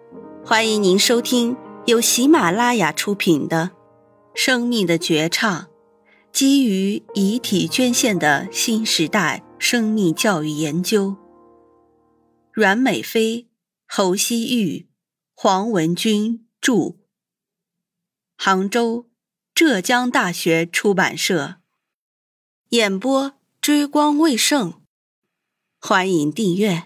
欢迎您收听由喜马拉雅出品的《生命的绝唱》，基于遗体捐献的新时代生命教育研究。阮美飞、侯希玉、黄文军著，杭州浙江大学出版社，演播追光未盛。欢迎订阅。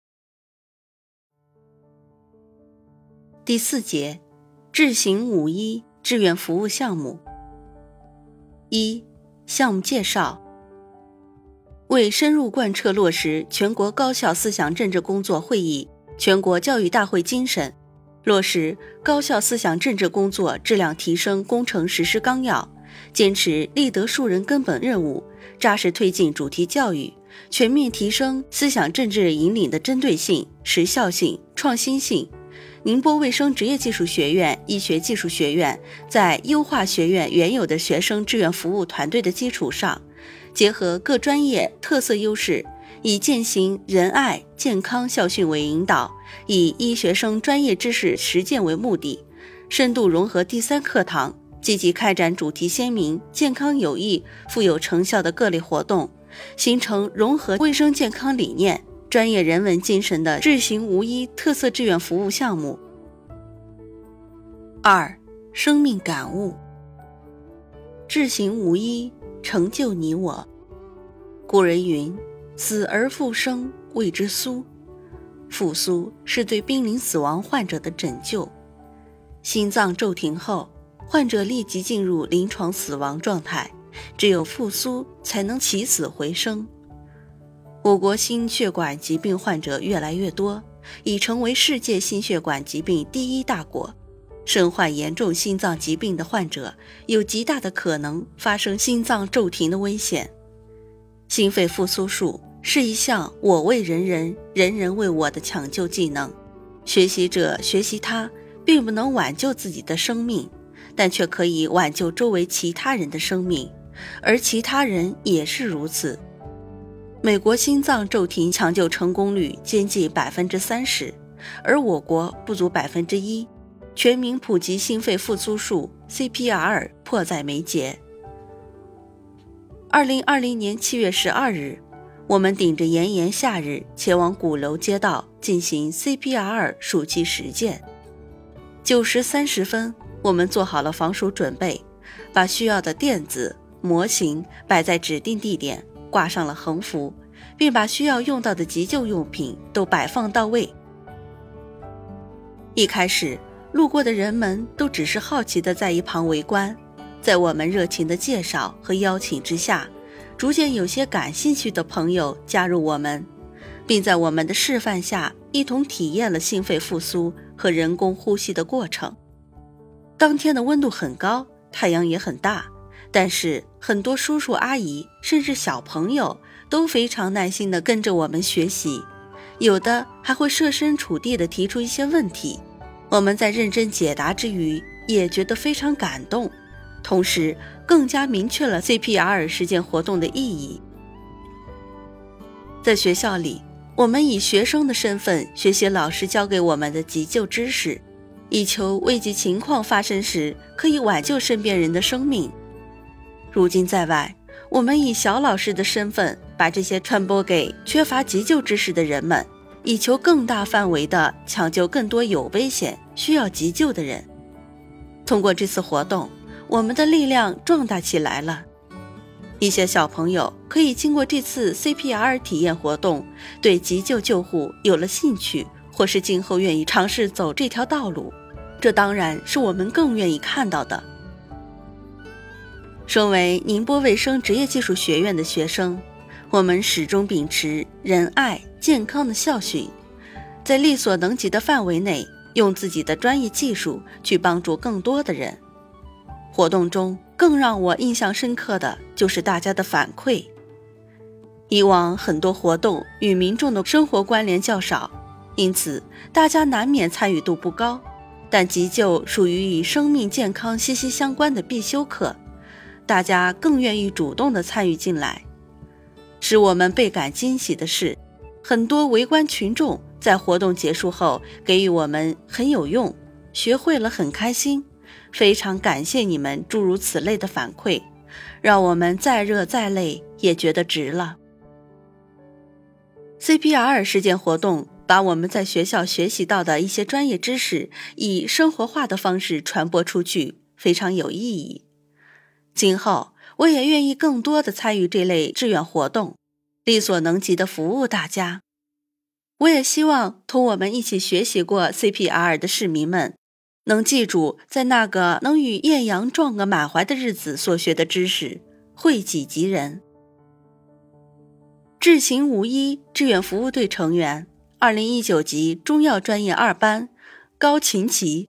第4节，智行51志愿服务项目。1、项目介绍。为深入贯彻落实全国高校思想政治工作会议全国教育大会精神，落实高校思想政治工作质量提升工程实施纲要，坚持立德树人根本任务，扎实推进主题教育，全面提升思想政治引领的针对性、时效性、创新性。宁波卫生职业技术学院医学技术学院在优化学院原有的学生志愿服务团队的基础上，结合各专业特色优势，以践行仁爱健康校训为引导，以医学生专业知识实践为目的，深度融合第3课堂，积极开展主题鲜明、健康有益、富有成效的各类活动，形成融合卫生健康理念、专业人文精神的智行51特色志愿服务项目。2、生命感悟。智行51，成就你我。古人云：死而复生，谓之苏。复苏是对濒临死亡患者的拯救。心脏骤停后，患者立即进入临床死亡状态，只有复苏才能起死回生。我国心血管疾病患者越来越多，已成为世界心血管疾病第1大国。身患严重心脏疾病的患者有极大的可能发生心脏骤停的危险。心肺复苏术是一项我为人人，人人为我的抢救技能。学习者学习它，并不能挽救自己的生命，但却可以挽救周围其他人的生命，而其他人也是如此。美国心脏骤停抢救成功率接近 30%， 而我国不足 1%。全民普及心肺复苏术 CPR 迫在眉睫。2020年7月12日，我们顶着炎炎夏日前往鼓楼街道进行 CPR 暑期实践。9时30分，我们做好了防暑准备，把需要的垫子、模型摆在指定地点，挂上了横幅，并把需要用到的急救用品都摆放到位。一开始，路过的人们都只是好奇地在一旁围观，在我们热情的介绍和邀请之下，逐渐有些感兴趣的朋友加入我们，并在我们的示范下一同体验了心肺复苏和人工呼吸的过程。当天的温度很高，太阳也很大，但是很多叔叔阿姨甚至小朋友都非常耐心地跟着我们学习，有的还会设身处地地提出一些问题。我们在认真解答之余，也觉得非常感动，同时更加明确了 CPR 实践活动的意义。在学校里，我们以学生的身份学习老师教给我们的急救知识，以求危急情况发生时可以挽救身边人的生命。如今在外，我们以小老师的身份把这些传播给缺乏急救知识的人们，以求更大范围地抢救更多有危险需要急救的人。通过这次活动，我们的力量壮大起来了。一些小朋友可以经过这次 CPR 体验活动，对急救救护有了兴趣，或是今后愿意尝试走这条道路，这当然是我们更愿意看到的。身为宁波卫生职业技术学院的学生，我们始终秉持仁爱健康的校训，在力所能及的范围内，用自己的专业技术去帮助更多的人。活动中更让我印象深刻的就是大家的反馈。以往很多活动与民众的生活关联较少，因此大家难免参与度不高，但急救属于与生命健康息息相关的必修课，大家更愿意主动地参与进来。使我们倍感惊喜的是，很多围观群众在活动结束后给予我们很有用，学会了很开心，非常感谢你们诸如此类的反馈，让我们再热再累也觉得值了。CPR 实践活动把我们在学校学习到的一些专业知识以生活化的方式传播出去，非常有意义。今后我也愿意更多地参与这类志愿活动，力所能及地服务大家。我也希望同我们一起学习过 CPR 的市民们，能记住在那个能与艳阳撞个满怀的日子所学的知识，惠己及人。智行51志愿服务队成员2019级中药专业2班高琴棋。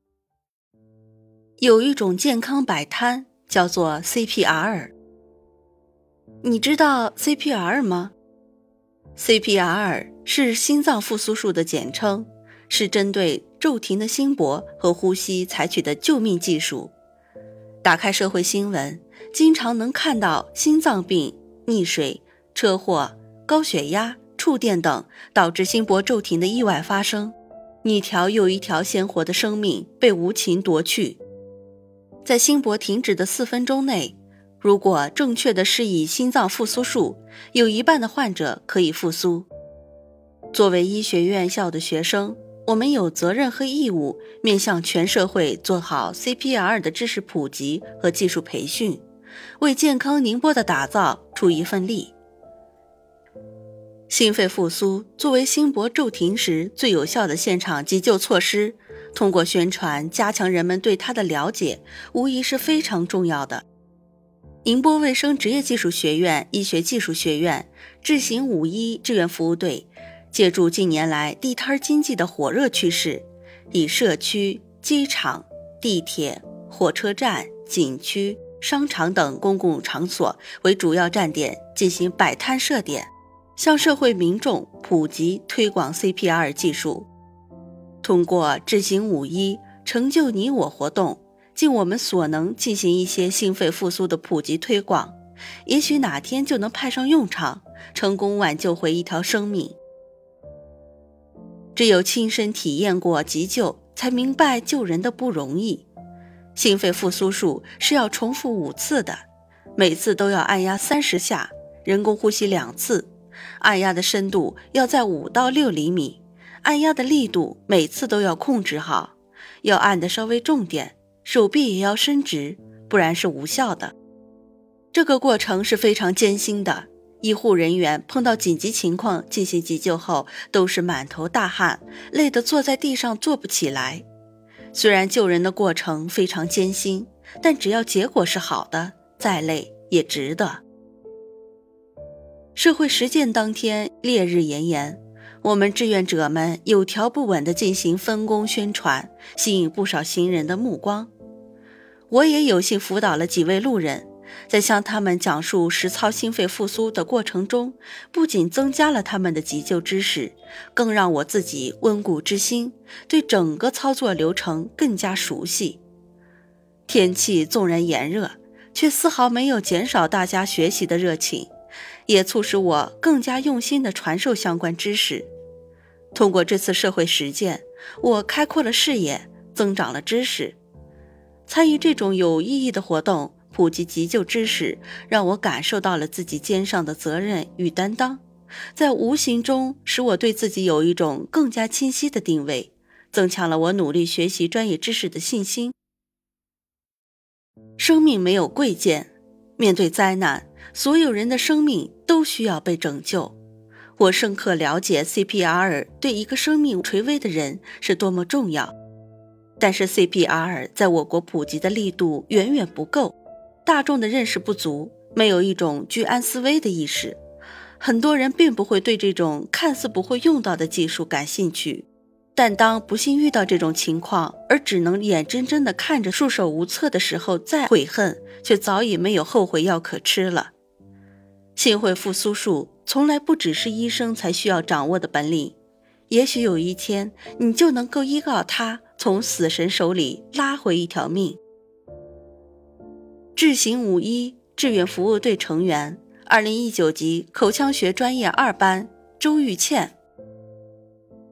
有一种健康摆摊叫做 CPR。 你知道 CPR 吗？ CPR 是心脏复苏术的简称，是针对骤停的心搏和呼吸采取的救命技术。打开社会新闻，经常能看到心脏病、溺水、车祸、高血压、触电等导致心搏骤停的意外发生，一条又一条鲜活的生命被无情夺去。在心搏停止的4分钟内，如果正确的施以心脏复苏术，有一半的患者可以复苏。作为医学院校的学生，我们有责任和义务面向全社会做好 CPR 的知识普及和技术培训，为健康宁波的打造出一份力。心肺复苏作为心搏骤停时最有效的现场急救措施，通过宣传加强人们对它的了解，无疑是非常重要的。宁波卫生职业技术学院医学技术学院智行51志愿服务队借助近年来地摊经济的火热趋势，以社区、机场、地铁、火车站、景区、商场等公共场所为主要站点进行摆摊设点，向社会民众普及推广 CPR 技术。通过智行51成就你我活动，尽我们所能进行一些心肺复苏的普及推广，也许哪天就能派上用场，成功挽救回一条生命。只有亲身体验过急救，才明白救人的不容易。心肺复苏术是要重复5次的，每次都要按压30下，人工呼吸2次，按压的深度要在5到6厘米，按压的力度每次都要控制好，要按得稍微重点，手臂也要伸直，不然是无效的。这个过程是非常艰辛的，医护人员碰到紧急情况进行急救后，都是满头大汗，累得坐在地上坐不起来。虽然救人的过程非常艰辛，但只要结果是好的，再累也值得。社会实践当天烈日炎炎，我们志愿者们有条不紊地进行分工宣传，吸引不少行人的目光。我也有幸辅导了几位路人，在向他们讲述实操心肺复苏的过程中，不仅增加了他们的急救知识，更让我自己温故知新，对整个操作流程更加熟悉。天气纵然炎热，却丝毫没有减少大家学习的热情，也促使我更加用心地传授相关知识。通过这次社会实践，我开阔了视野，增长了知识。参与这种有意义的活动，普及急救知识，让我感受到了自己肩上的责任与担当，在无形中使我对自己有一种更加清晰的定位，增强了我努力学习专业知识的信心。生命没有贵贱，面对灾难，所有人的生命都需要被拯救。我深刻了解 CPR 对一个生命垂危的人是多么重要，但是 CPR 在我国普及的力度远远不够，大众的认识不足，没有一种居安思危的意识，很多人并不会对这种看似不会用到的技术感兴趣。但当不幸遇到这种情况，而只能眼睁睁地看着束手无策的时候，再悔恨，却早已没有后悔药可吃了。心肺复苏术从来不只是医生才需要掌握的本领，也许有一天，你就能够依靠它，从死神手里拉回一条命。智行51志愿服务队成员2019级口腔学专业2班周玉倩。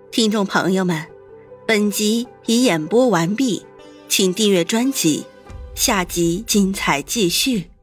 听众朋友们，本集已演播完毕，请订阅专辑，下集精彩继续。